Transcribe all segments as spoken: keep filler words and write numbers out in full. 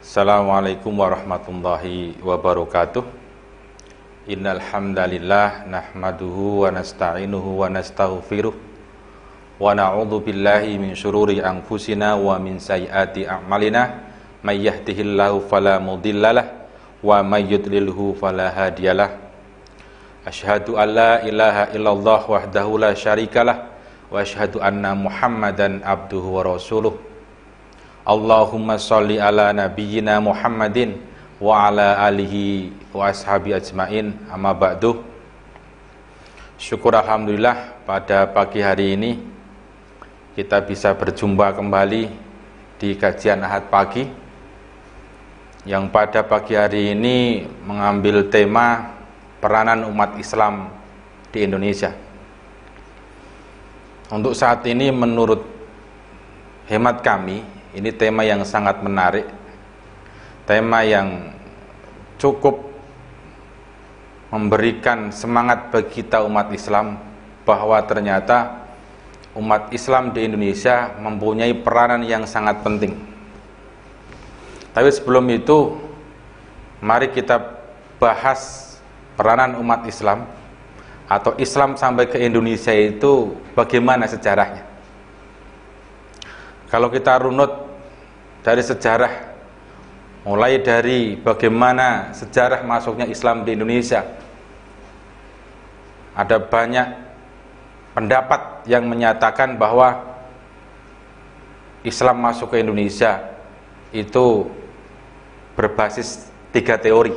Assalamualaikum warahmatullahi wabarakatuh. Innal hamdalillah nahmaduhu wa nasta'inuhu wa nastaghfiruh wa na'udzu billahi min syururi anfusina wa min sayyiati a'malina may yahdihillahu fala mudhillalah wa may yudlilhu fala hadiyalah. Asyhadu an la ilaha illallah wahdahu la syarikalah wa asyhadu anna Muhammadan abduhu wa rasuluh. Allahumma sholli ala nabiyyina Muhammadin wa ala alihi wa ashabi ajmain, amma ba'du. Syukur alhamdulillah pada pagi hari ini kita bisa berjumpa kembali di kajian Ahad pagi, yang pada pagi hari ini mengambil tema peranan umat Islam di Indonesia. Untuk saat ini menurut hemat kami, ini tema yang sangat menarik, tema yang cukup memberikan semangat bagi kita umat Islam bahwa ternyata umat Islam di Indonesia mempunyai peranan yang sangat penting. Tapi sebelum itu, mari kita bahas peranan umat Islam atau Islam sampai ke Indonesia itu bagaimana sejarahnya. Kalau kita runut dari sejarah, mulai dari bagaimana sejarah masuknya Islam di Indonesia, ada banyak pendapat yang menyatakan bahwa Islam masuk ke Indonesia itu berbasis tiga teori.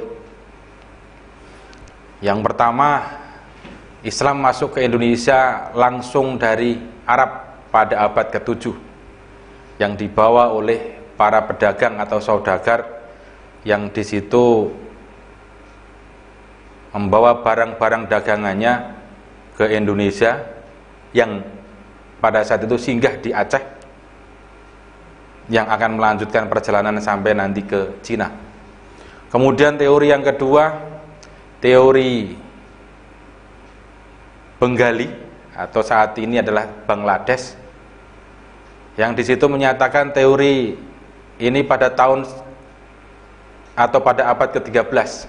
Yang pertama, Islam masuk ke Indonesia langsung dari Arab pada abad ketujuh, yang dibawa oleh para pedagang atau saudagar yang di situ membawa barang-barang dagangannya ke Indonesia, yang pada saat itu singgah di Aceh, yang akan melanjutkan perjalanan sampai nanti ke Cina. Kemudian teori yang kedua, teori Bengali atau saat ini adalah Bangladesh, yang di situ menyatakan teori ini pada tahun atau pada abad ke tiga belas,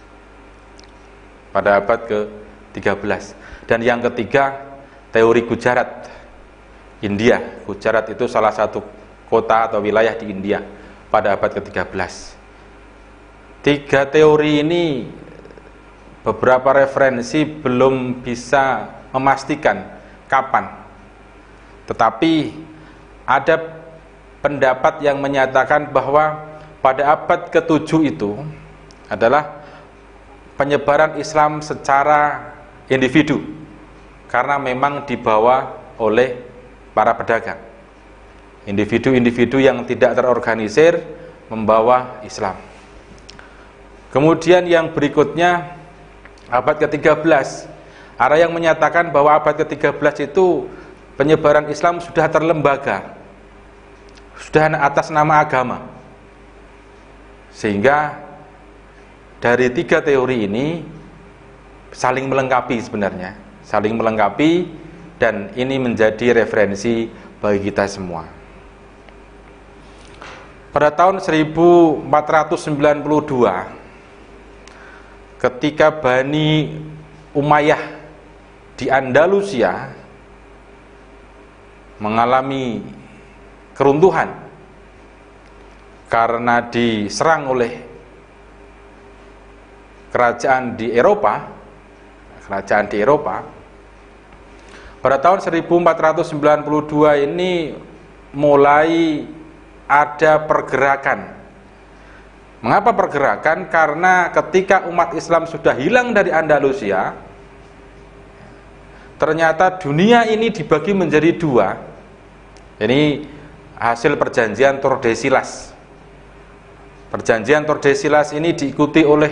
pada abad ke tiga belas. Dan yang ketiga, teori Gujarat, India. Gujarat itu salah satu kota atau wilayah di India pada abad ke tiga belas. Tiga teori ini beberapa referensi belum bisa memastikan kapan, tetapi ada pendapat yang menyatakan bahwa pada abad ketujuh itu adalah penyebaran Islam secara individu, karena memang dibawa oleh para pedagang, individu-individu yang tidak terorganisir membawa Islam. Kemudian yang berikutnya abad ke tiga belas, ada yang menyatakan bahwa abad ke tiga belas itu penyebaran Islam sudah terlembaga, sudah atas nama agama. Sehingga dari tiga teori ini saling melengkapi sebenarnya, saling melengkapi, dan ini menjadi referensi bagi kita semua. Pada tahun seribu empat ratus sembilan puluh dua, ketika Bani Umayyah di Andalusia mengalami keruntuhan karena diserang oleh kerajaan di Eropa, kerajaan di Eropa. Pada tahun seribu empat ratus sembilan puluh dua ini mulai ada pergerakan. Mengapa pergerakan? Karena ketika umat Islam sudah hilang dari Andalusia, ternyata dunia ini dibagi menjadi dua. Ini hasil perjanjian Tordesillas. Perjanjian Tordesillas ini diikuti oleh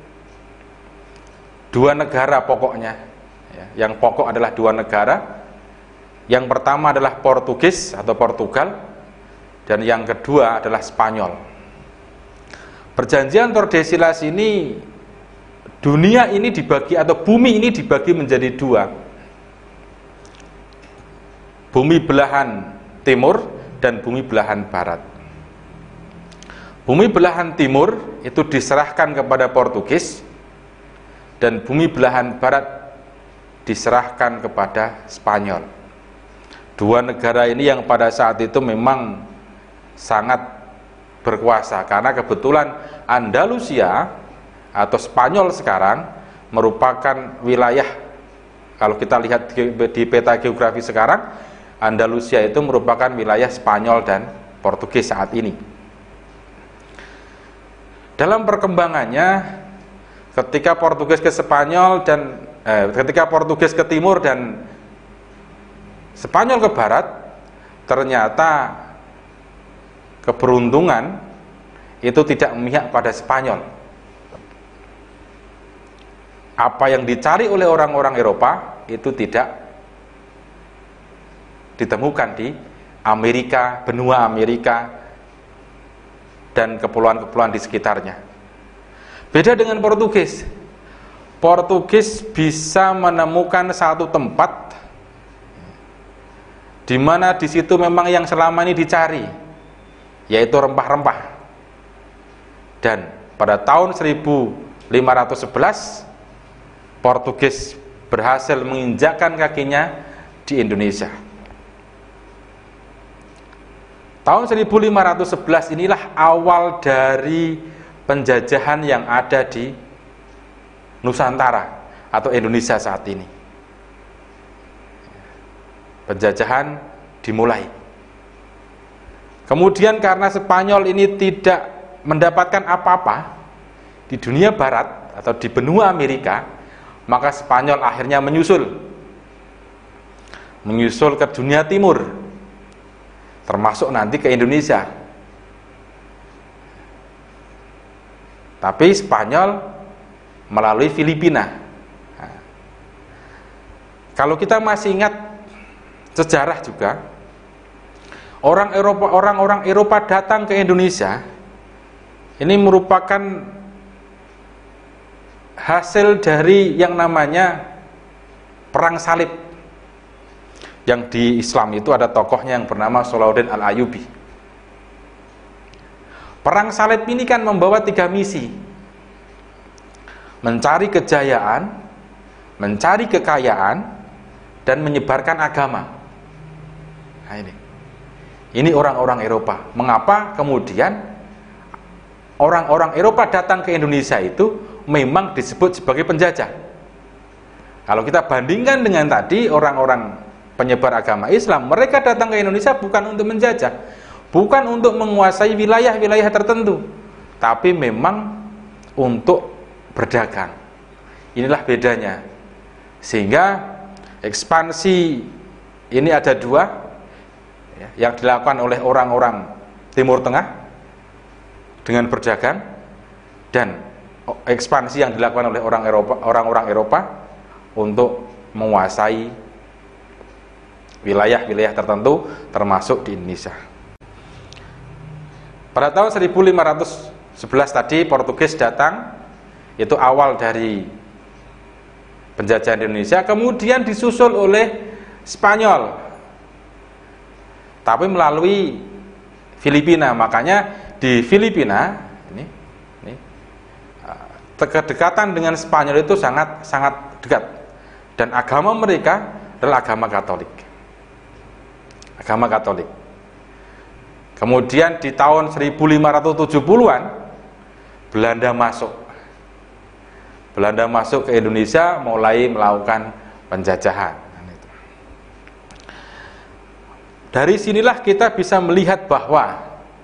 dua negara pokoknya. Yang pokok adalah dua negara. Yang pertama adalah Portugis atau Portugal, dan yang kedua adalah Spanyol. Perjanjian Tordesillas ini, dunia ini dibagi atau bumi ini dibagi menjadi dua. Bumi belahan timur dan bumi belahan barat. Bumi belahan timur itu diserahkan kepada Portugis, dan bumi belahan barat diserahkan kepada Spanyol. Dua negara ini yang pada saat itu memang sangat berkuasa, karena kebetulan Andalusia atau Spanyol sekarang merupakan wilayah, kalau kita lihat di peta geografi sekarang, Andalusia itu merupakan wilayah Spanyol dan Portugis saat ini. Dalam perkembangannya, ketika Portugis ke Spanyol dan eh, ketika Portugis ke timur dan Spanyol ke barat, ternyata keberuntungan itu tidak memihak pada Spanyol. Apa yang dicari oleh orang-orang Eropa itu tidak ditemukan di Amerika, benua Amerika, dan kepulauan-kepulauan di sekitarnya. Beda dengan Portugis. Portugis bisa menemukan satu tempat di mana di situ memang yang selama ini dicari, yaitu rempah-rempah. Dan pada tahun seribu lima ratus sebelas Portugis berhasil menginjakkan kakinya di Indonesia. Tahun seribu lima ratus sebelas inilah awal dari penjajahan yang ada di Nusantara atau Indonesia saat ini. Penjajahan dimulai. Kemudian karena Spanyol ini tidak mendapatkan apa-apa di dunia barat atau di benua Amerika, maka Spanyol akhirnya menyusul menyusul ke dunia timur, termasuk nanti ke Indonesia. Tapi Spanyol melalui Filipina. Nah, kalau kita masih ingat sejarah juga, orang Eropa, orang-orang Eropa datang ke Indonesia, ini merupakan hasil dari yang namanya perang salib. Yang di Islam itu ada tokohnya yang bernama Salahuddin Al-Ayyubi. Perang salib ini kan membawa tiga misi: mencari kejayaan, mencari kekayaan, dan menyebarkan agama. Nah ini, ini orang-orang Eropa. Mengapa kemudian orang-orang Eropa datang ke Indonesia itu memang disebut sebagai penjajah? Kalau kita bandingkan dengan tadi orang-orang penyebar agama Islam, mereka datang ke Indonesia bukan untuk menjajah, bukan untuk menguasai wilayah-wilayah tertentu, tapi memang untuk berdagang. Inilah bedanya. Sehingga ekspansi ini ada dua, ya, yang dilakukan oleh orang-orang Timur Tengah dengan berdagang, dan ekspansi yang dilakukan oleh orang Eropa, orang-orang Eropa untuk menguasai wilayah-wilayah tertentu termasuk di Indonesia. Pada tahun seribu lima ratus sebelas tadi Portugis datang, itu awal dari penjajahan Indonesia, kemudian disusul oleh Spanyol, tapi melalui Filipina. Makanya di Filipina ini, ini kedekatan dengan Spanyol itu sangat sangat dekat, dan agama mereka adalah agama Katolik. Agama Katolik. Kemudian di tahun seribu lima ratus tujuh puluhan Belanda masuk. Belanda masuk ke Indonesia, mulai melakukan penjajahan. Dari sinilah kita bisa melihat bahwa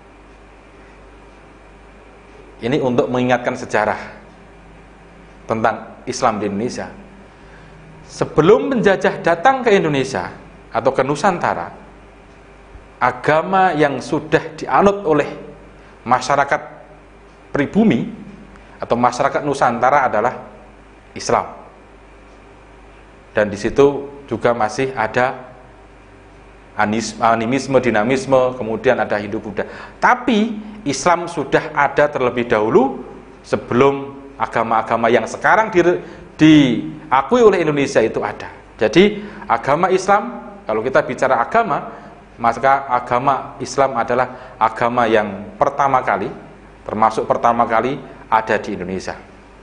ini untuk mengingatkan sejarah tentang Islam di Indonesia. Sebelum penjajah datang ke Indonesia atau ke Nusantara, agama yang sudah dianut oleh masyarakat pribumi atau masyarakat Nusantara adalah Islam. Dan di situ juga masih ada animisme, dinamisme, kemudian ada Hindu Buddha. Tapi Islam sudah ada terlebih dahulu sebelum agama-agama yang sekarang di, diakui oleh Indonesia itu ada. Jadi agama Islam, kalau kita bicara agama, maka agama Islam adalah agama yang pertama kali termasuk pertama kali ada di Indonesia.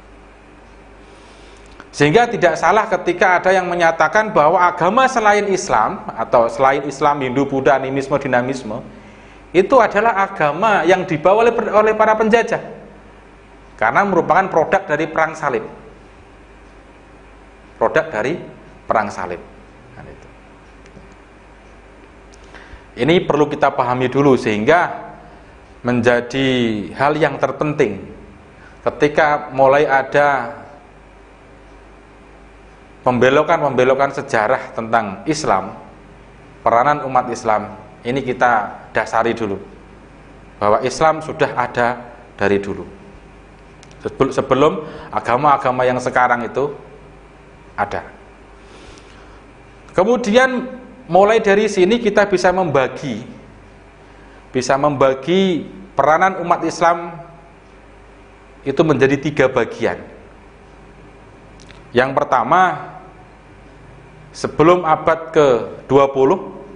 Sehingga tidak salah ketika ada yang menyatakan bahwa agama selain Islam atau selain Islam, Hindu, Buddha, animisme, dinamisme itu adalah agama yang dibawa oleh, oleh para penjajah karena merupakan produk dari perang salib. Produk dari perang salib. Nah, itu. Ini perlu kita pahami dulu sehingga menjadi hal yang terpenting ketika mulai ada pembelokan-pembelokan sejarah tentang Islam, peranan umat Islam, ini kita dasari dulu bahwa Islam sudah ada dari dulu, sebelum agama-agama yang sekarang itu ada. Kemudian mulai dari sini kita bisa membagi bisa membagi peranan umat Islam itu menjadi tiga bagian. Yang pertama, sebelum abad ke dua puluh,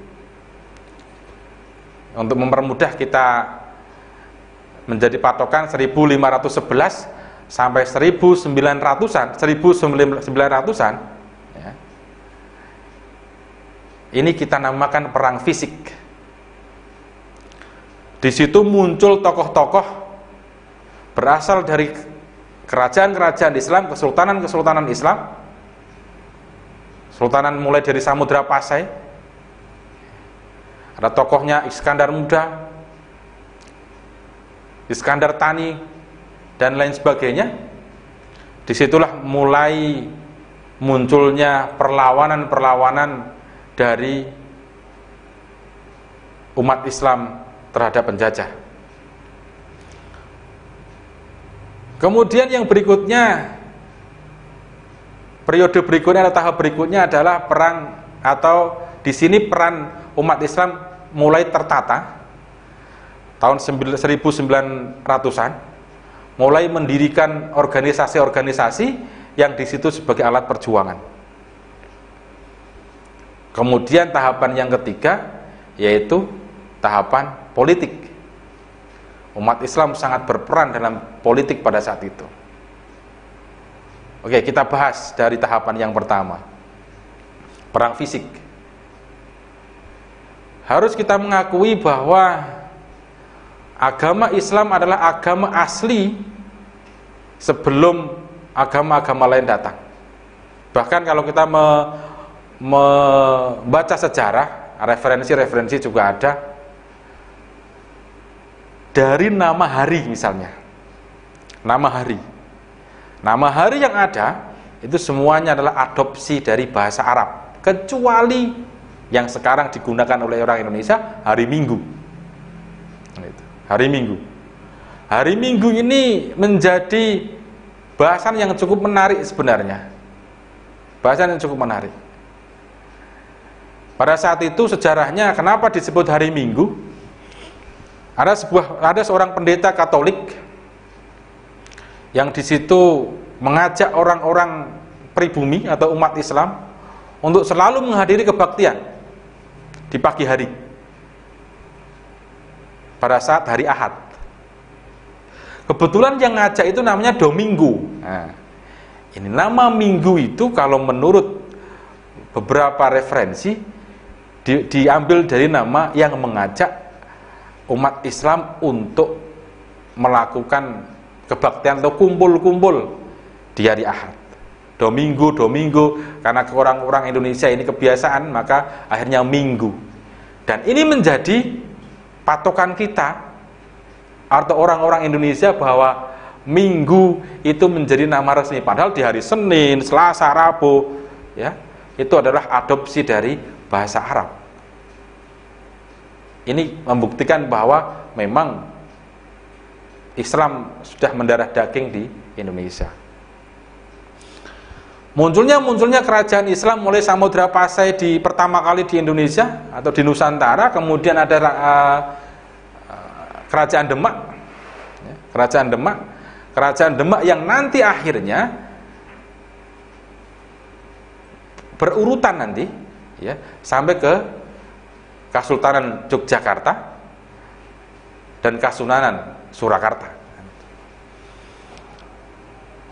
untuk mempermudah kita menjadi patokan seribu lima ratus sebelas sampai seribu sembilan ratusan, seribu sembilan ratusan ya. Ini kita namakan perang fisik. Di situ muncul tokoh-tokoh berasal dari kerajaan-kerajaan Islam, kesultanan-kesultanan Islam, sultanan mulai dari Samudra Pasai, ada tokohnya Iskandar Muda, Iskandar Tani, dan lain sebagainya. Disitulah mulai munculnya perlawanan-perlawanan dari umat Islam terhadap penjajah. Kemudian yang berikutnya, periode berikutnya atau tahap berikutnya adalah perang, atau di sini peran umat Islam mulai tertata tahun seribu sembilan ratusan, mulai mendirikan organisasi-organisasi yang di situ sebagai alat perjuangan. Kemudian tahapan yang ketiga yaitu tahapan politik. Umat Islam sangat berperan dalam politik pada saat itu. Oke, kita bahas dari tahapan yang pertama, perang fisik. Harus kita mengakui bahwa agama Islam adalah agama asli sebelum agama-agama lain datang. Bahkan kalau kita me, membaca sejarah, referensi-referensi juga ada, dari nama hari misalnya, nama hari nama hari yang ada itu semuanya adalah adopsi dari bahasa Arab, kecuali yang sekarang digunakan oleh orang Indonesia, hari Minggu. Hari Minggu hari Minggu ini menjadi bahasan yang cukup menarik sebenarnya, bahasan yang cukup menarik. Pada saat itu sejarahnya kenapa disebut hari Minggu? Ada sebuah ada seorang pendeta Katolik yang di situ mengajak orang-orang pribumi atau umat Islam untuk selalu menghadiri kebaktian di pagi hari pada saat hari Ahad. Kebetulan yang ngajak itu namanya Domingo. Nah, ini nama Minggu itu kalau menurut beberapa referensi di, diambil dari nama yang mengajak umat Islam untuk melakukan kebaktian atau kumpul-kumpul di hari Ahad. Domingo, Domingo, karena orang-orang Indonesia ini kebiasaan, maka akhirnya Minggu. Dan ini menjadi patokan kita atau orang-orang Indonesia bahwa Minggu itu menjadi nama resmi. Padahal di hari Senin, Selasa, Rabu, ya, itu adalah adopsi dari bahasa Arab. Ini membuktikan bahwa memang Islam sudah mendarah daging di Indonesia. Munculnya munculnya kerajaan Islam mulai Samudra Pasai di pertama kali di Indonesia atau di Nusantara, kemudian ada uh, kerajaan Demak, ya, kerajaan Demak, kerajaan Demak yang nanti akhirnya berurutan nanti, ya, sampai ke Kesultanan Yogyakarta dan Kasunanan Surakarta.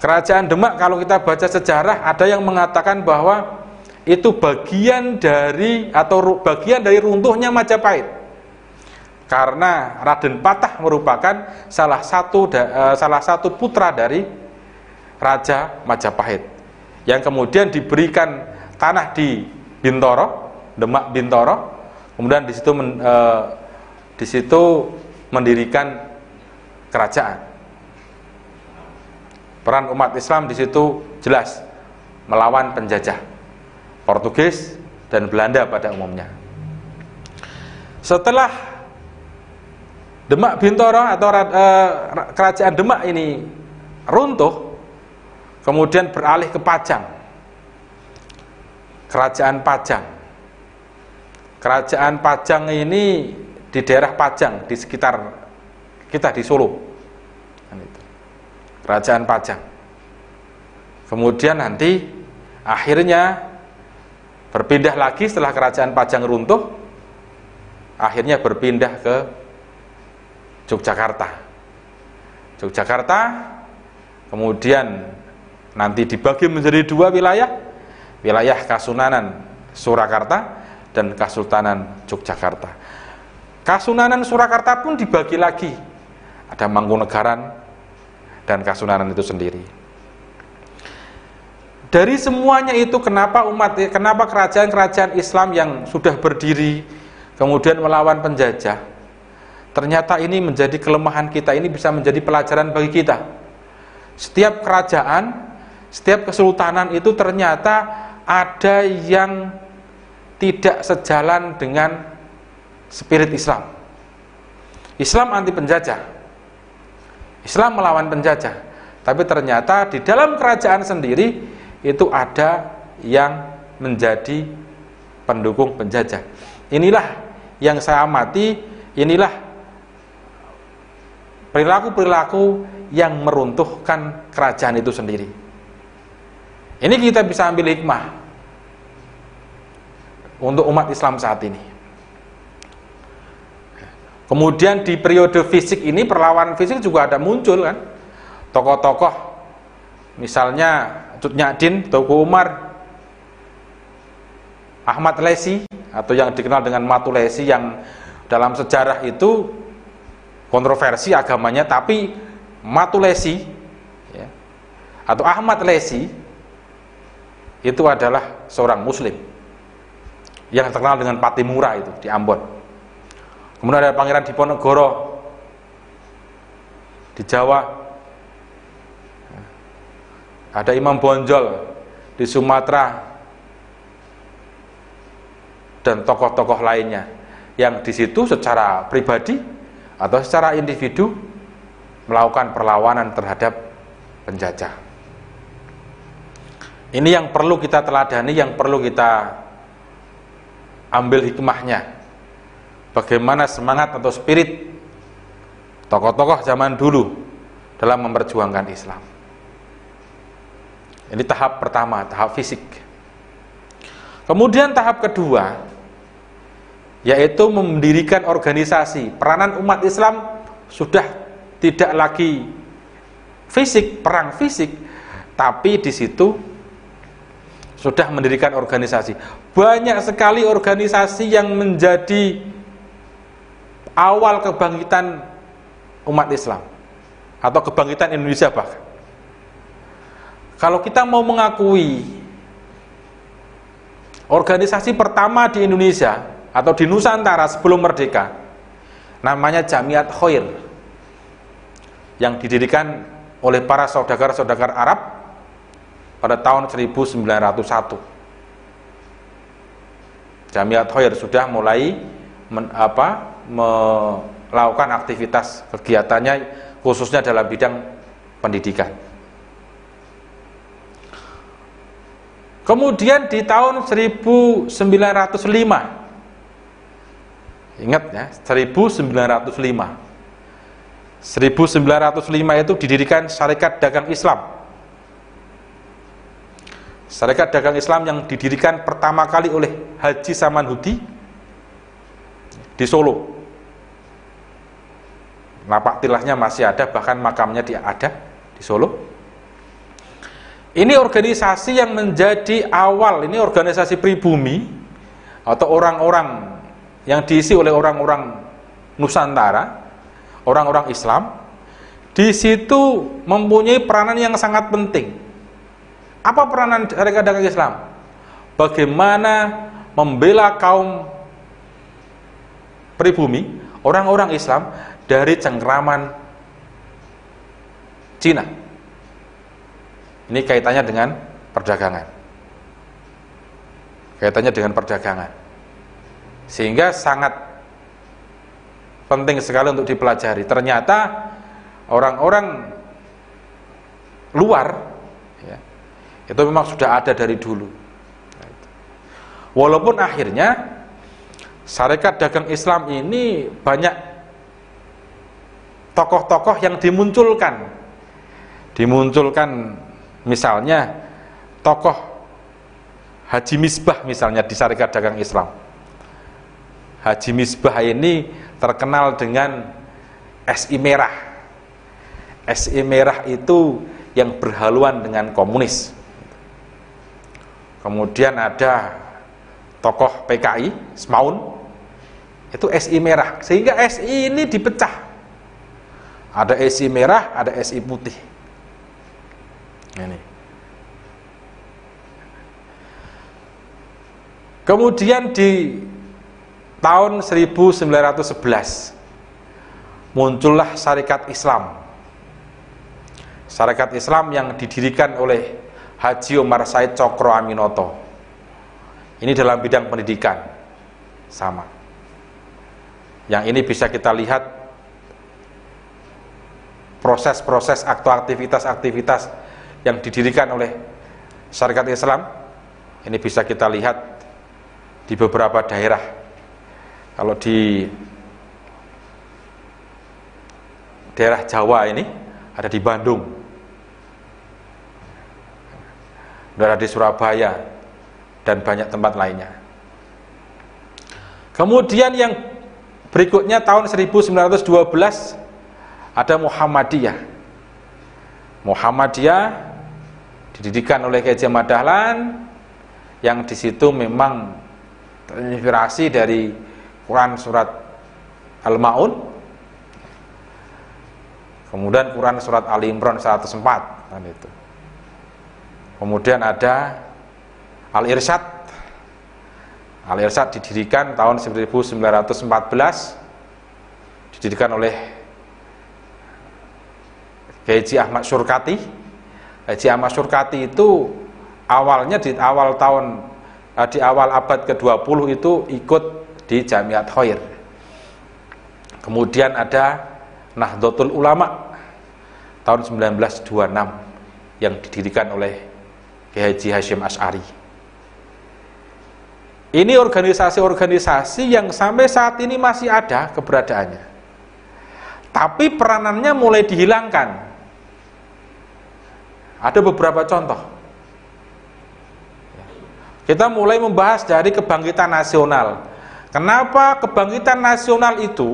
Kerajaan Demak kalau kita baca sejarah ada yang mengatakan bahwa itu bagian dari atau bagian dari runtuhnya Majapahit. Karena Raden Patah merupakan salah satu uh, salah satu putra dari Raja Majapahit yang kemudian diberikan tanah di Bintoro, Demak Bintoro, kemudian di situ men, uh, di situ mendirikan kerajaan. Peran umat Islam di situ jelas melawan penjajah Portugis dan Belanda pada umumnya. Setelah Demak Bintoro atau uh, kerajaan Demak ini runtuh, kemudian beralih ke Pajang. Kerajaan Pajang. Kerajaan Pajang ini di daerah Pajang, di sekitar kita di Solo. Kerajaan Pajang. Kemudian nanti akhirnya berpindah lagi setelah kerajaan Pajang runtuh, akhirnya berpindah ke Yogyakarta. Yogyakarta kemudian nanti dibagi menjadi dua wilayah, wilayah Kasunanan Surakarta dan Kasultanan Yogyakarta. Kasunanan Surakarta pun dibagi lagi, ada Mangkunegaran dan Kasunanan itu sendiri. Dari semuanya itu, kenapa umat, kenapa kerajaan-kerajaan Islam yang sudah berdiri kemudian melawan penjajah, ternyata ini menjadi kelemahan kita, ini bisa menjadi pelajaran bagi kita. Setiap kerajaan, setiap kesultanan itu ternyata ada yang tidak sejalan dengan spirit Islam. Islam anti penjajah, Islam melawan penjajah, tapi ternyata di dalam kerajaan sendiri itu ada yang menjadi pendukung penjajah. Inilah yang saya amati, inilah perilaku-perilaku yang meruntuhkan kerajaan itu sendiri. Ini kita bisa ambil hikmah untuk umat Islam saat ini. Kemudian di periode fisik ini, perlawanan fisik juga ada muncul kan, tokoh-tokoh misalnya Cut Nyak-Din, Teuku Umar, Ahmad Lesi atau yang dikenal dengan Matu Lesi, yang dalam sejarah itu kontroversi agamanya, tapi Matu Lesi ya, atau Ahmad Lesi itu adalah seorang muslim yang terkenal dengan Patimura itu di Ambon. Kemudian ada Pangeran Diponegoro di Jawa, ada Imam Bonjol di Sumatera, dan tokoh-tokoh lainnya yang di situ secara pribadi atau secara individu melakukan perlawanan terhadap penjajah. Ini yang perlu kita teladani, yang perlu kita ambil hikmahnya. Bagaimana semangat atau spirit tokoh-tokoh zaman dulu dalam memperjuangkan Islam. Ini tahap pertama, tahap fisik. Kemudian tahap kedua, yaitu mendirikan organisasi. Peranan umat Islam sudah tidak lagi fisik, perang fisik, tapi di situ sudah mendirikan organisasi. Banyak sekali organisasi yang menjadi awal kebangkitan umat Islam atau kebangkitan Indonesia bahkan. Kalau kita mau mengakui organisasi pertama di Indonesia atau di Nusantara sebelum merdeka, namanya Jamiat Khair, yang didirikan oleh para saudagar-saudagar Arab pada tahun seribu sembilan ratus satu. Jamiat Khair sudah mulai men, apa, melakukan aktivitas kegiatannya khususnya dalam bidang pendidikan. Kemudian di tahun seribu sembilan ratus lima, ingat ya, seribu sembilan ratus lima seribu sembilan ratus lima itu didirikan Syarikat Dagang Islam. Syarikat Dagang Islam yang didirikan pertama kali oleh Haji Samanhudi di Solo. Lapak tilahnya masih ada, bahkan makamnya dia ada di Solo. Ini organisasi yang menjadi awal, ini organisasi pribumi atau orang-orang yang diisi oleh orang-orang Nusantara, orang-orang Islam. Di situ mempunyai peranan yang sangat penting. Apa peranan Sarekat Dagang Islam? Bagaimana membela kaum pribumi, orang-orang Islam dari cengkraman Cina. Ini kaitannya dengan perdagangan. Kaitannya dengan perdagangan. Sehingga sangat penting sekali untuk dipelajari. Ternyata orang-orang luar ya, itu memang sudah ada dari dulu. Walaupun akhirnya Sarekat Dagang Islam ini banyak tokoh-tokoh yang dimunculkan. Dimunculkan misalnya tokoh Haji Misbah misalnya di Sarekat Dagang Islam. Haji Misbah ini terkenal dengan S I merah. S I merah itu yang berhaluan dengan komunis. Kemudian ada tokoh P K I, Smaun, itu S I merah. Sehingga S I ini dipecah. Ada S I merah, ada S I putih. Ini. Kemudian di tahun seribu sembilan ratus sebelas muncullah Sarekat Islam. Sarekat Islam yang didirikan oleh Haji Omar Said Cokro Aminoto. Ini dalam bidang pendidikan. Sama. Yang ini bisa kita lihat proses-proses atau aktivitas-aktivitas yang didirikan oleh Sarekat Islam. Ini bisa kita lihat di beberapa daerah. Kalau di daerah Jawa ini ada di Bandung, ada di Surabaya, dan banyak tempat lainnya. Kemudian yang berikutnya tahun seribu sembilan ratus dua belas ada Muhammadiyah. Muhammadiyah didirikan oleh Kiai Ahmad Dahlan, yang di situ memang terinspirasi dari Quran surat Al-Maun, kemudian Quran surat Ali Imran seratus empat, kan itu. Kemudian ada Al-Irsyad. Al-Irsyad didirikan tahun seribu sembilan ratus empat belas, didirikan oleh Haji Ahmad Surkati. Haji Ahmad Surkati itu awalnya di awal tahun di awal abad ke dua puluh itu ikut di Jamiat Khair. Kemudian ada Nahdlatul Ulama tahun seribu sembilan ratus dua puluh enam yang didirikan oleh Haji Hasyim Asy'ari. Ini organisasi-organisasi yang sampai saat ini masih ada keberadaannya. Tapi peranannya mulai dihilangkan. Ada beberapa contoh. Kita mulai membahas dari kebangkitan nasional. Kenapa kebangkitan nasional itu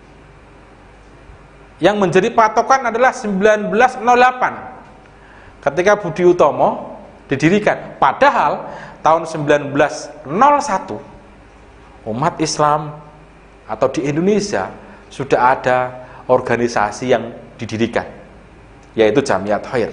yang menjadi patokan adalah seribu sembilan ratus delapan ketika Budi Utomo didirikan. Padahal tahun seribu sembilan ratus satu umat Islam atau di Indonesia sudah ada organisasi yang didirikan, yaitu Jamiat Khair.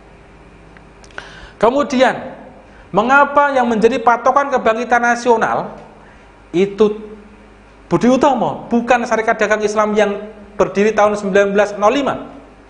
Kemudian mengapa yang menjadi patokan kebangkitan nasional itu Budi Utomo, bukan Sarekat Dagang Islam yang berdiri tahun seribu sembilan ratus lima?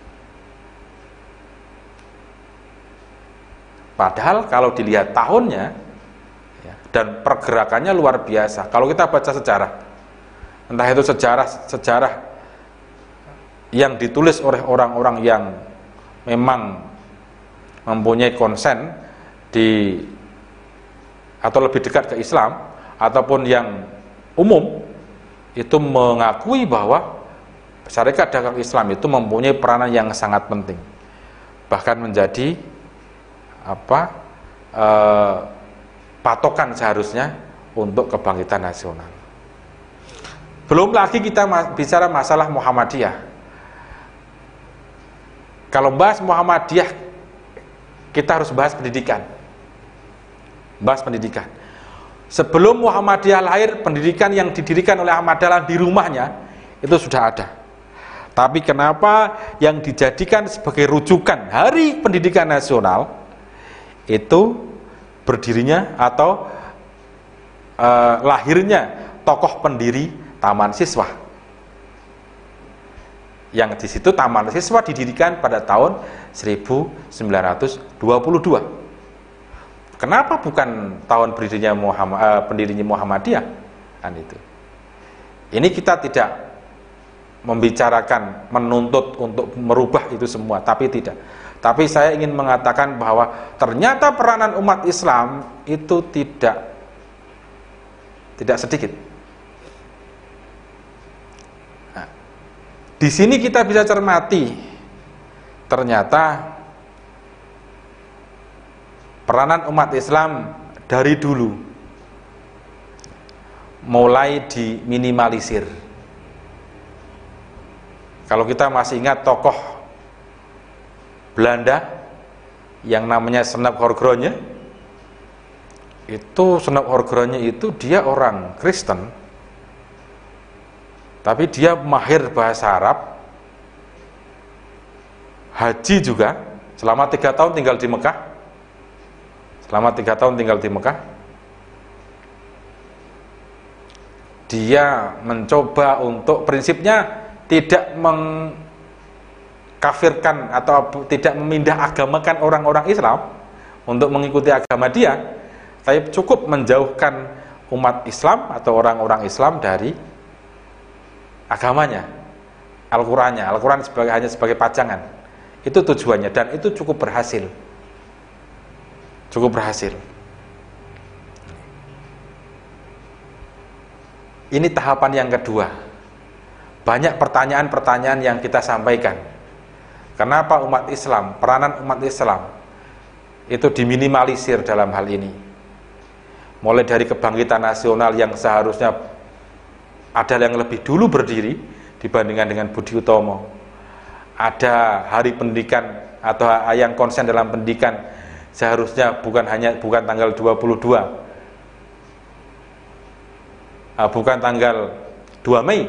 Padahal kalau dilihat tahunnya ya, dan pergerakannya luar biasa. Kalau kita baca sejarah, entah itu sejarah-sejarah yang ditulis oleh orang-orang yang memang mempunyai konsen di atau lebih dekat ke Islam, ataupun yang umum, itu mengakui bahwa Sarekat Dagang Islam itu mempunyai peranan yang sangat penting, bahkan menjadi apa eh, patokan seharusnya untuk kebangkitan nasional. Belum lagi kita bicara masalah Muhammadiyah. Kalau bahas Muhammadiyah, kita harus bahas pendidikan. Bahas pendidikan. Sebelum Muhammadiyah lahir, pendidikan yang didirikan oleh Ahmad Dahlan di rumahnya itu sudah ada. Tapi kenapa yang dijadikan sebagai rujukan Hari Pendidikan Nasional itu berdirinya atau eh, lahirnya tokoh pendiri Taman Siswa? Yang di situ Taman Siswa didirikan pada tahun seribu sembilan ratus dua puluh dua. Kenapa bukan tahun berdirinya Muhammad, eh, pendirinya Muhammadiyah? Kan itu. Ini kita tidak membicarakan, menuntut untuk merubah itu semua, tapi tidak. Tapi saya ingin mengatakan bahwa ternyata peranan umat Islam itu tidak tidak sedikit. Nah, di sini kita bisa cermati ternyata peranan umat Islam dari dulu mulai diminimalisir. Kalau kita masih ingat tokoh Belanda yang namanya Snap Horgronje, itu Snap Horgronje itu dia orang Kristen, tapi dia mahir bahasa Arab, haji juga, selama tiga tahun tinggal di Mekah. Selama tiga tahun tinggal di Mekah, dia mencoba untuk prinsipnya tidak mengkafirkan atau tidak memindah agamakan orang-orang Islam untuk mengikuti agama dia, tapi cukup menjauhkan umat Islam atau orang-orang Islam dari agamanya, Al-Qurannya. Al-Quran sebagai, hanya sebagai pajangan. Itu tujuannya, dan itu cukup berhasil. Cukup berhasil. Ini tahapan yang kedua. Banyak pertanyaan-pertanyaan yang kita sampaikan. Kenapa umat Islam, peranan umat Islam itu diminimalisir dalam hal ini? Mulai dari kebangkitan nasional yang seharusnya ada yang lebih dulu berdiri dibandingkan dengan Budi Utomo. Ada Hari Pendidikan atau yang konsen dalam pendidikan seharusnya bukan hanya bukan tanggal dua puluh dua, bukan tanggal dua Mei,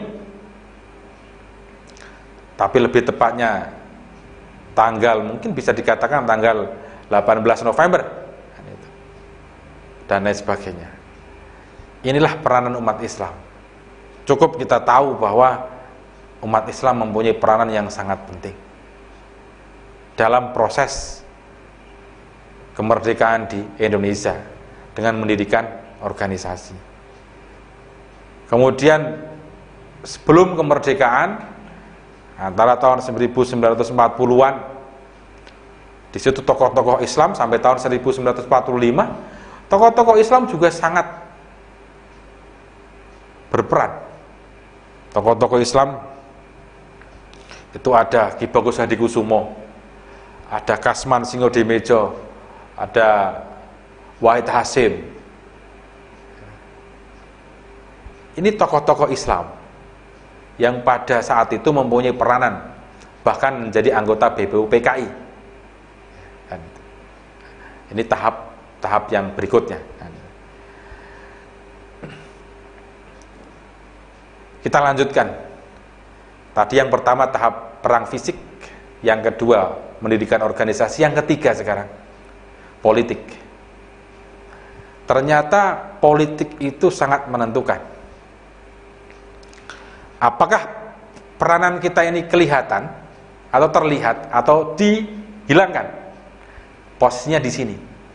tapi lebih tepatnya tanggal, mungkin bisa dikatakan tanggal delapan belas November dan lain sebagainya. Inilah peranan umat Islam. Cukup kita tahu bahwa umat Islam mempunyai peranan yang sangat penting dalam proses kemerdekaan di Indonesia dengan mendirikan organisasi. Kemudian sebelum kemerdekaan antara tahun seribu sembilan ratus empat puluhan, di situ tokoh-tokoh Islam sampai tahun seribu sembilan ratus empat puluh lima, tokoh-tokoh Islam juga sangat berperan. Tokoh-tokoh Islam itu ada Ki Bagus Hadikusumo, ada Kasman Singodemejo, ada Wahid Hasim. Ini tokoh-tokoh Islam yang pada saat itu mempunyai peranan, bahkan menjadi anggota B B U P K I. Ini tahap-tahap yang berikutnya. Kita lanjutkan. Tadi yang pertama tahap perang fisik, yang kedua mendirikan organisasi, yang ketiga sekarang politik. Ternyata politik itu sangat menentukan. Apakah peranan kita ini kelihatan atau terlihat atau dihilangkan? Posisinya di sini.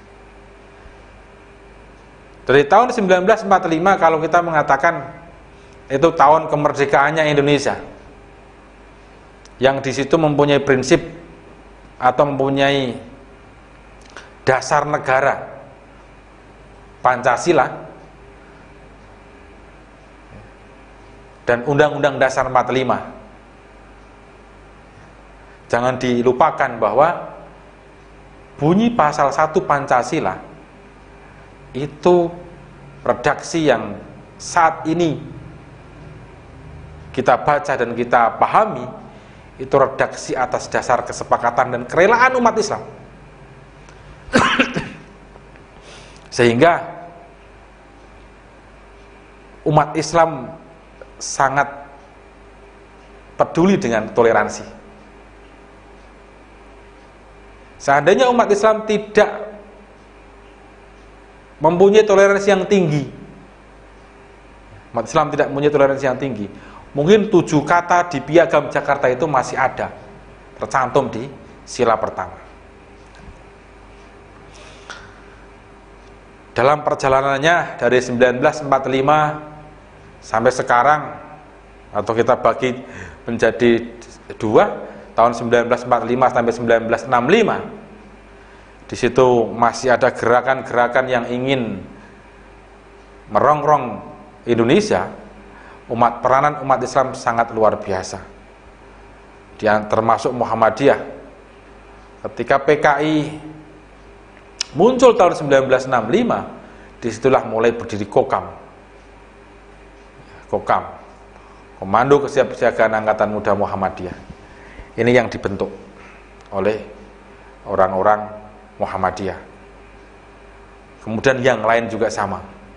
Dari tahun seribu sembilan ratus empat puluh lima kalau kita mengatakan itu tahun kemerdekaannya Indonesia, yang di situ mempunyai prinsip atau mempunyai dasar negara Pancasila dan Undang-Undang Dasar empat puluh lima. Jangan dilupakan bahwa bunyi pasal satu Pancasila itu redaksi yang saat ini kita baca dan kita pahami, itu redaksi atas dasar kesepakatan dan kerelaan umat Islam. Sehingga umat Islam sangat peduli dengan toleransi. Seandainya umat Islam tidak mempunyai toleransi yang tinggi, umat Islam tidak mempunyai toleransi yang tinggi, mungkin tujuh kata di Piagam Jakarta itu masih ada, tercantum di sila pertama. Dalam perjalanannya dari seribu sembilan ratus empat puluh lima sampai sekarang, atau kita bagi menjadi dua, tahun seribu sembilan ratus empat puluh lima sampai seribu sembilan ratus enam puluh lima, di situ masih ada gerakan-gerakan yang ingin merongrong Indonesia. Umat peranan umat Islam sangat luar biasa, dia termasuk Muhammadiyah. Ketika P K I muncul tahun seribu sembilan ratus enam puluh lima, disitulah mulai berdiri Kokam. Kokam, Komando Kesiapsiagaan Angkatan Muda Muhammadiyah. Ini yang dibentuk oleh orang-orang Muhammadiyah. Kemudian yang lain juga sama.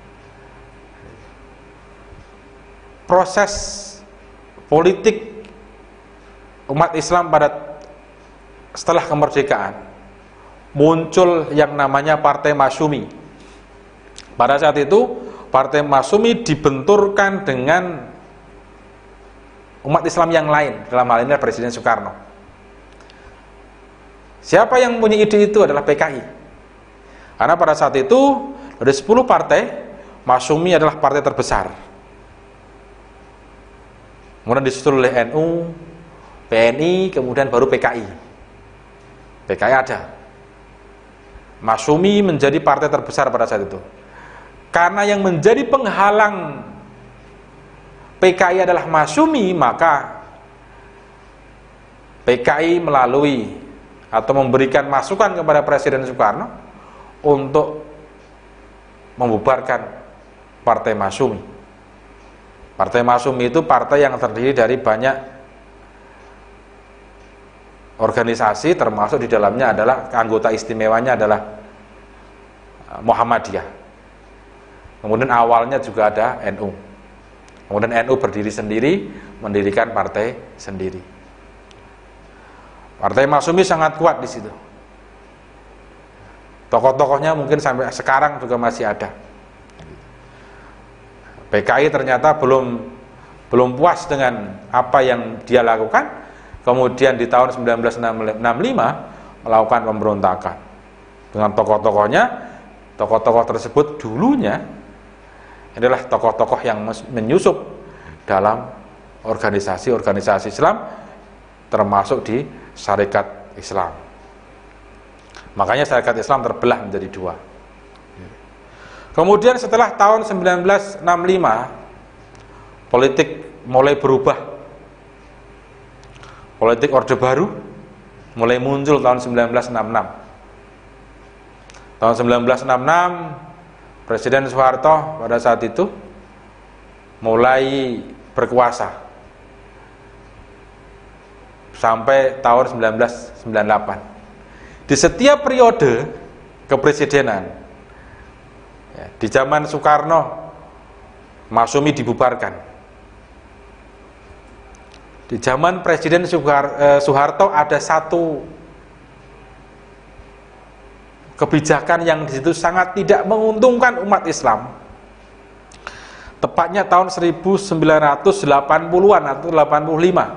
Proses politik umat Islam pada setelah kemerdekaan, muncul yang namanya Partai Masyumi. Pada saat itu Partai Masyumi dibenturkan dengan umat Islam yang lain, dalam hal ini Presiden Soekarno. Siapa yang punya ide itu adalah P K I. Karena pada saat itu dari sepuluh partai, Masyumi adalah partai terbesar. Kemudian disusul oleh N U, P N I, kemudian baru P K I. P K I ada. Masyumi menjadi partai terbesar pada saat itu. Karena yang menjadi penghalang P K I adalah Masyumi, maka P K I melalui atau memberikan masukan kepada Presiden Soekarno untuk membubarkan Partai Masyumi. Partai Masyumi itu partai yang terdiri dari banyak organisasi, termasuk di dalamnya adalah anggota istimewanya adalah Muhammadiyah. Kemudian awalnya juga ada N U. Kemudian N U berdiri sendiri, mendirikan partai sendiri. Partai Masyumi sangat kuat di situ. Tokoh-tokohnya mungkin sampai sekarang juga masih ada. P K I ternyata belum belum puas dengan apa yang dia lakukan. Kemudian di tahun seribu sembilan ratus enam puluh lima melakukan pemberontakan dengan tokoh-tokohnya. Tokoh-tokoh tersebut dulunya adalah tokoh-tokoh yang menyusup dalam organisasi-organisasi Islam, termasuk di Syarikat Islam. Makanya Syarikat Islam terbelah menjadi dua. Kemudian setelah tahun seribu sembilan ratus enam puluh lima, politik mulai berubah. Politik Orde Baru mulai muncul tahun seribu sembilan ratus enam puluh enam. Tahun seribu sembilan ratus enam puluh enam, Presiden Soeharto pada saat itu mulai berkuasa sampai tahun seribu sembilan ratus sembilan puluh delapan. Di setiap periode kepresidenan, ya, di zaman Soekarno, Masyumi dibubarkan. Di zaman Presiden Soeharto ada satu kebijakan yang di situ sangat tidak menguntungkan umat Islam. Tepatnya tahun seribu sembilan ratus delapan puluhan atau delapan puluh lima.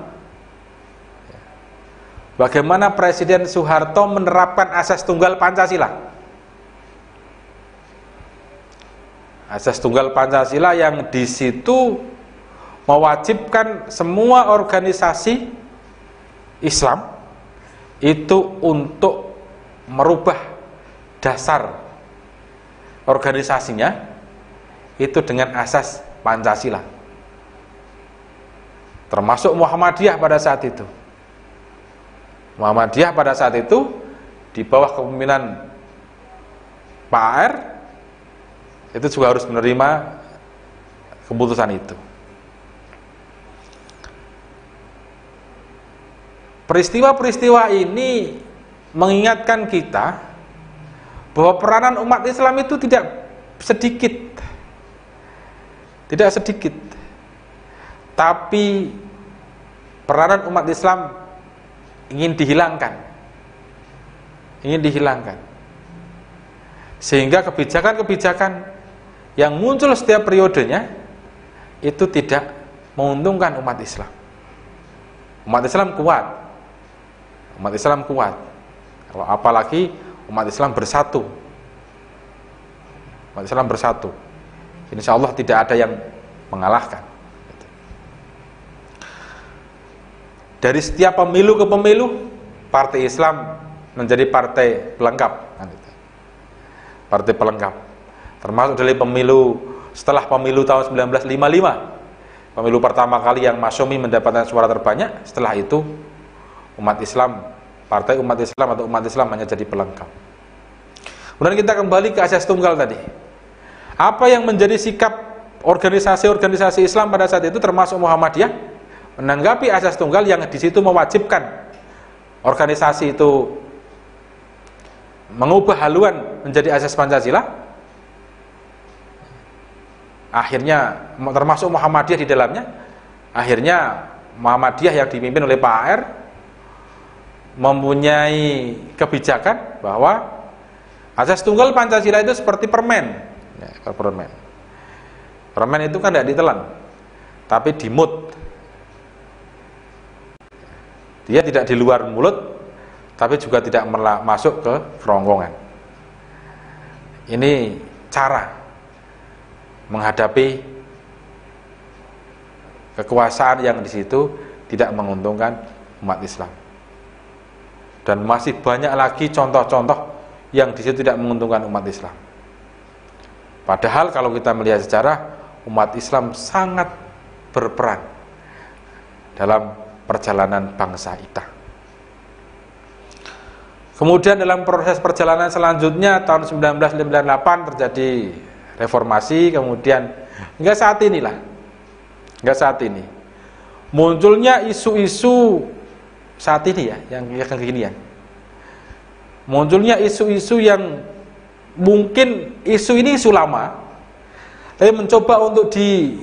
Bagaimana Presiden Soeharto menerapkan asas tunggal Pancasila. Asas tunggal Pancasila yang di situ mewajibkan semua organisasi Islam itu untuk merubah dasar organisasinya itu dengan asas Pancasila, termasuk Muhammadiyah pada saat itu. Muhammadiyah pada saat itu di bawah kepemimpinan Pak A R itu juga harus menerima keputusan itu. Peristiwa-peristiwa ini mengingatkan kita bahwa peranan umat Islam itu tidak sedikit, tidak sedikit, tapi peranan umat Islam ingin dihilangkan, ingin dihilangkan, sehingga kebijakan-kebijakan yang muncul setiap periodenya itu tidak menguntungkan umat Islam. Umat Islam kuat, umat Islam kuat. Kalau apalagi umat Islam bersatu, umat Islam bersatu, insya Allah tidak ada yang mengalahkan. Dari setiap pemilu ke pemilu, partai Islam menjadi partai pelengkap, partai pelengkap. Termasuk dari pemilu setelah pemilu tahun seribu sembilan ratus lima puluh lima, pemilu pertama kali yang Masyumi mendapatkan suara terbanyak. Setelah itu umat Islam, partai umat Islam atau umat Islam hanya jadi pelengkap. Kemudian kita kembali ke asas tunggal tadi. Apa yang menjadi sikap organisasi-organisasi Islam pada saat itu, termasuk Muhammadiyah, menanggapi asas tunggal yang di situ mewajibkan organisasi itu mengubah haluan menjadi asas Pancasila. Akhirnya termasuk Muhammadiyah di dalamnya. Akhirnya Muhammadiyah yang dipimpin oleh Pak A R mempunyai kebijakan bahwa asas tunggal Pancasila itu seperti permen, ya, permen. Permen itu kan tidak ditelan, tapi dimut. Dia tidak di luar mulut, tapi juga tidak masuk ke kerongkongan. Ini cara menghadapi kekuasaan yang di situ tidak menguntungkan umat Islam. Dan masih banyak lagi contoh-contoh yang di situ tidak menguntungkan umat Islam. Padahal kalau kita melihat sejarah, umat Islam sangat berperan dalam perjalanan bangsa kita. Kemudian dalam proses perjalanan selanjutnya tahun seribu sembilan ratus sembilan puluh delapan terjadi reformasi, kemudian hingga saat inilah, hingga saat ini munculnya isu-isu saat ini ya, yang yang kekinian. Munculnya isu-isu yang mungkin isu ini isu lama, tapi mencoba untuk di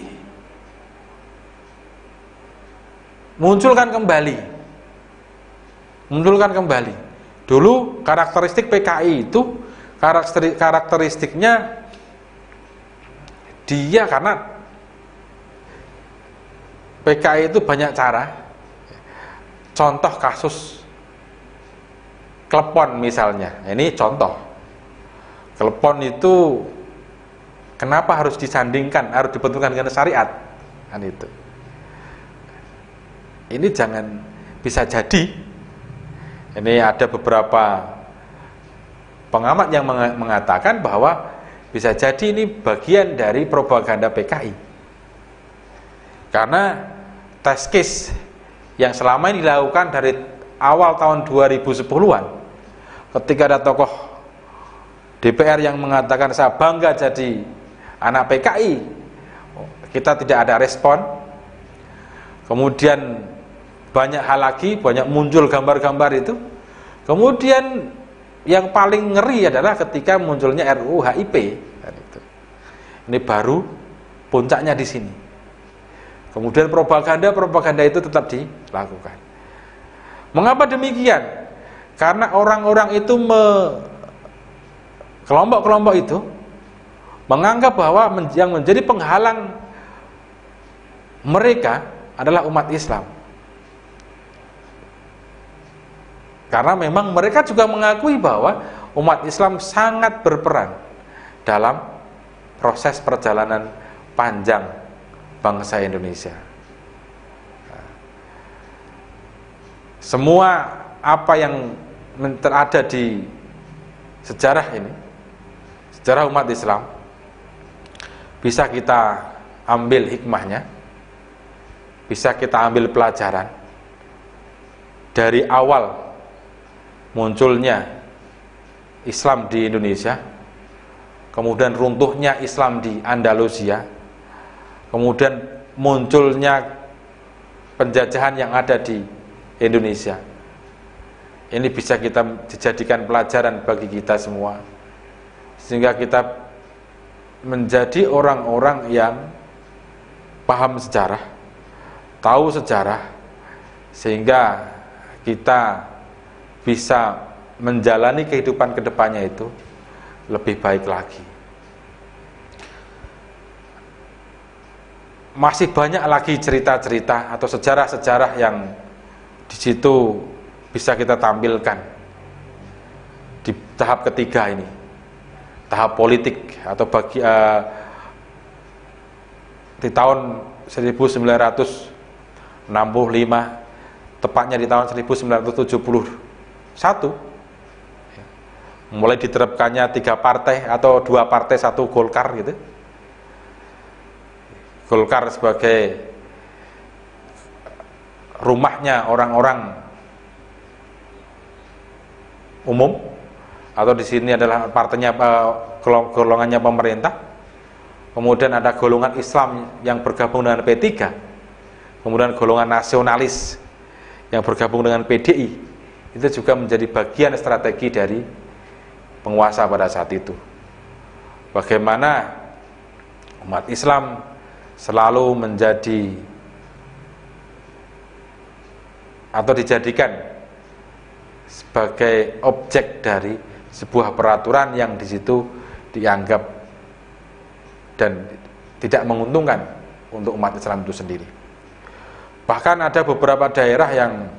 munculkan kembali, munculkan kembali. Dulu karakteristik P K I itu karakteristik karakteristiknya dia karena P K I itu banyak cara. Contoh kasus Klepon misalnya, ini contoh. Klepon itu kenapa harus disandingkan, harus dibenturkan dengan syariat, kan itu. Ini jangan, bisa jadi. Ini ada beberapa pengamat yang mengatakan bahwa bisa jadi ini bagian dari propaganda P K I. Karena test case yang selama ini dilakukan dari awal tahun dua ribu sepuluhan, ketika ada tokoh D P R yang mengatakan saya bangga jadi anak P K I, kita tidak ada respon. Kemudian banyak hal lagi, banyak muncul gambar-gambar itu. Kemudian yang paling ngeri adalah ketika munculnya R U U H I P. Ini baru puncaknya di sini. Kemudian propaganda-propaganda itu tetap dilakukan. Mengapa demikian? Karena orang-orang itu me, kelompok-kelompok itu menganggap bahwa yang menjadi penghalang mereka adalah umat Islam. Karena memang mereka juga mengakui bahwa umat Islam sangat berperan dalam proses perjalanan panjang bangsa Indonesia. Semua apa yang terada di sejarah ini, sejarah umat Islam, bisa kita ambil hikmahnya, bisa kita ambil pelajaran dari awal munculnya Islam di Indonesia, kemudian runtuhnya Islam di Andalusia, kemudian munculnya penjajahan yang ada di Indonesia. Ini bisa kita dijadikan pelajaran bagi kita semua, sehingga kita menjadi orang-orang yang paham sejarah, tahu sejarah, sehingga kita bisa menjalani kehidupan kedepannya itu lebih baik lagi. Masih banyak lagi cerita-cerita atau sejarah-sejarah yang di situ bisa kita tampilkan di tahap ketiga ini, tahap politik atau bagi uh, di tahun seribu sembilan ratus enam puluh lima, tepatnya di tahun seribu sembilan ratus tujuh puluh satu, mulai diterapkannya tiga partai atau dua partai satu Golkar gitu. Golkar sebagai rumahnya orang-orang umum, atau di sini adalah partainya golongannya pemerintah. Kemudian ada golongan Islam yang bergabung dengan P tiga, kemudian golongan nasionalis yang bergabung dengan P D I. Itu juga menjadi bagian strategi dari penguasa pada saat itu. Bagaimana umat Islam selalu menjadi atau dijadikan sebagai objek dari sebuah peraturan yang di situ dianggap dan tidak menguntungkan untuk umat Islam itu sendiri. Bahkan ada beberapa daerah yang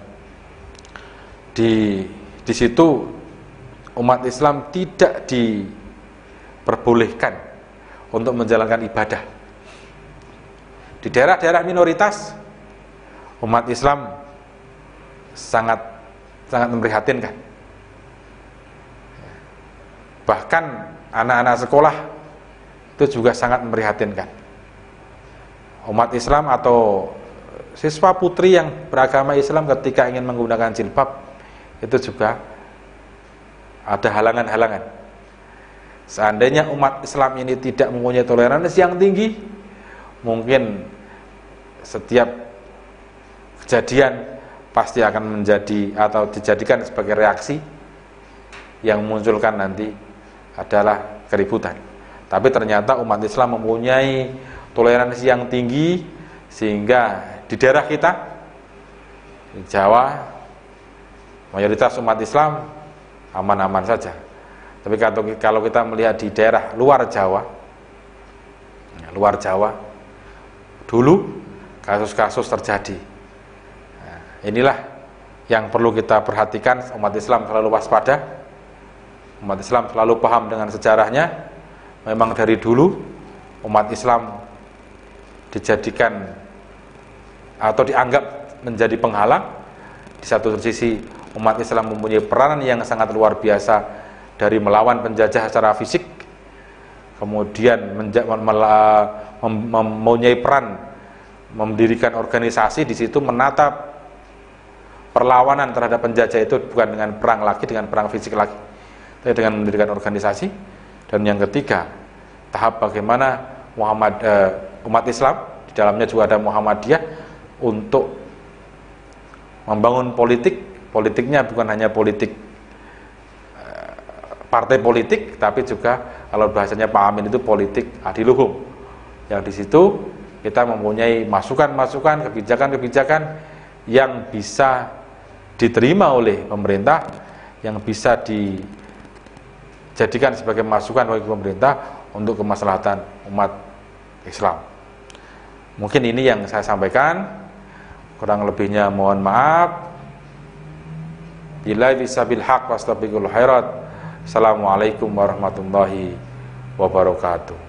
di di situ umat Islam tidak diperbolehkan untuk menjalankan ibadah. Di daerah-daerah minoritas, umat Islam sangat sangat memprihatinkan. Bahkan anak-anak sekolah itu juga sangat memprihatinkan. Umat Islam atau siswa putri yang beragama Islam ketika ingin menggunakan jilbab itu juga ada halangan-halangan. Seandainya umat Islam ini tidak mempunyai toleransi yang tinggi, mungkin setiap kejadian pasti akan menjadi atau dijadikan sebagai reaksi yang memunculkan nanti adalah keributan. Tapi ternyata umat Islam mempunyai toleransi yang tinggi, sehingga di daerah kita, di Jawa, mayoritas umat Islam aman-aman saja. Tapi kalau kita melihat di daerah luar Jawa, luar Jawa, dulu kasus-kasus terjadi. Nah, inilah yang perlu kita perhatikan. Umat Islam selalu waspada, umat Islam selalu paham dengan sejarahnya. Memang dari dulu umat Islam dijadikan atau dianggap menjadi penghalang. Di satu sisi umat Islam mempunyai peranan yang sangat luar biasa dari melawan penjajah secara fisik, kemudian menja- mem- mempunyai peran mendirikan organisasi di situ, menatap perlawanan terhadap penjajah itu bukan dengan perang lagi, dengan perang fisik lagi, tapi dengan mendirikan organisasi. Dan yang ketiga, tahap bagaimana Muhammad uh, umat Islam, di dalamnya juga ada Muhammadiyah, untuk membangun politik. Politiknya bukan hanya politik uh, partai politik, tapi juga kalau bahasanya Pak Amin itu politik adiluhum, yang di situ kita mempunyai masukan-masukan, kebijakan-kebijakan yang bisa diterima oleh pemerintah, yang bisa di jadikan sebagai masukan bagi pemerintah untuk kemaslahatan umat Islam. Mungkin ini yang saya sampaikan, kurang lebihnya mohon maaf. Billahi bisabil haq wastabiqul khairat. Assalamualaikum warahmatullahi wabarakatuh.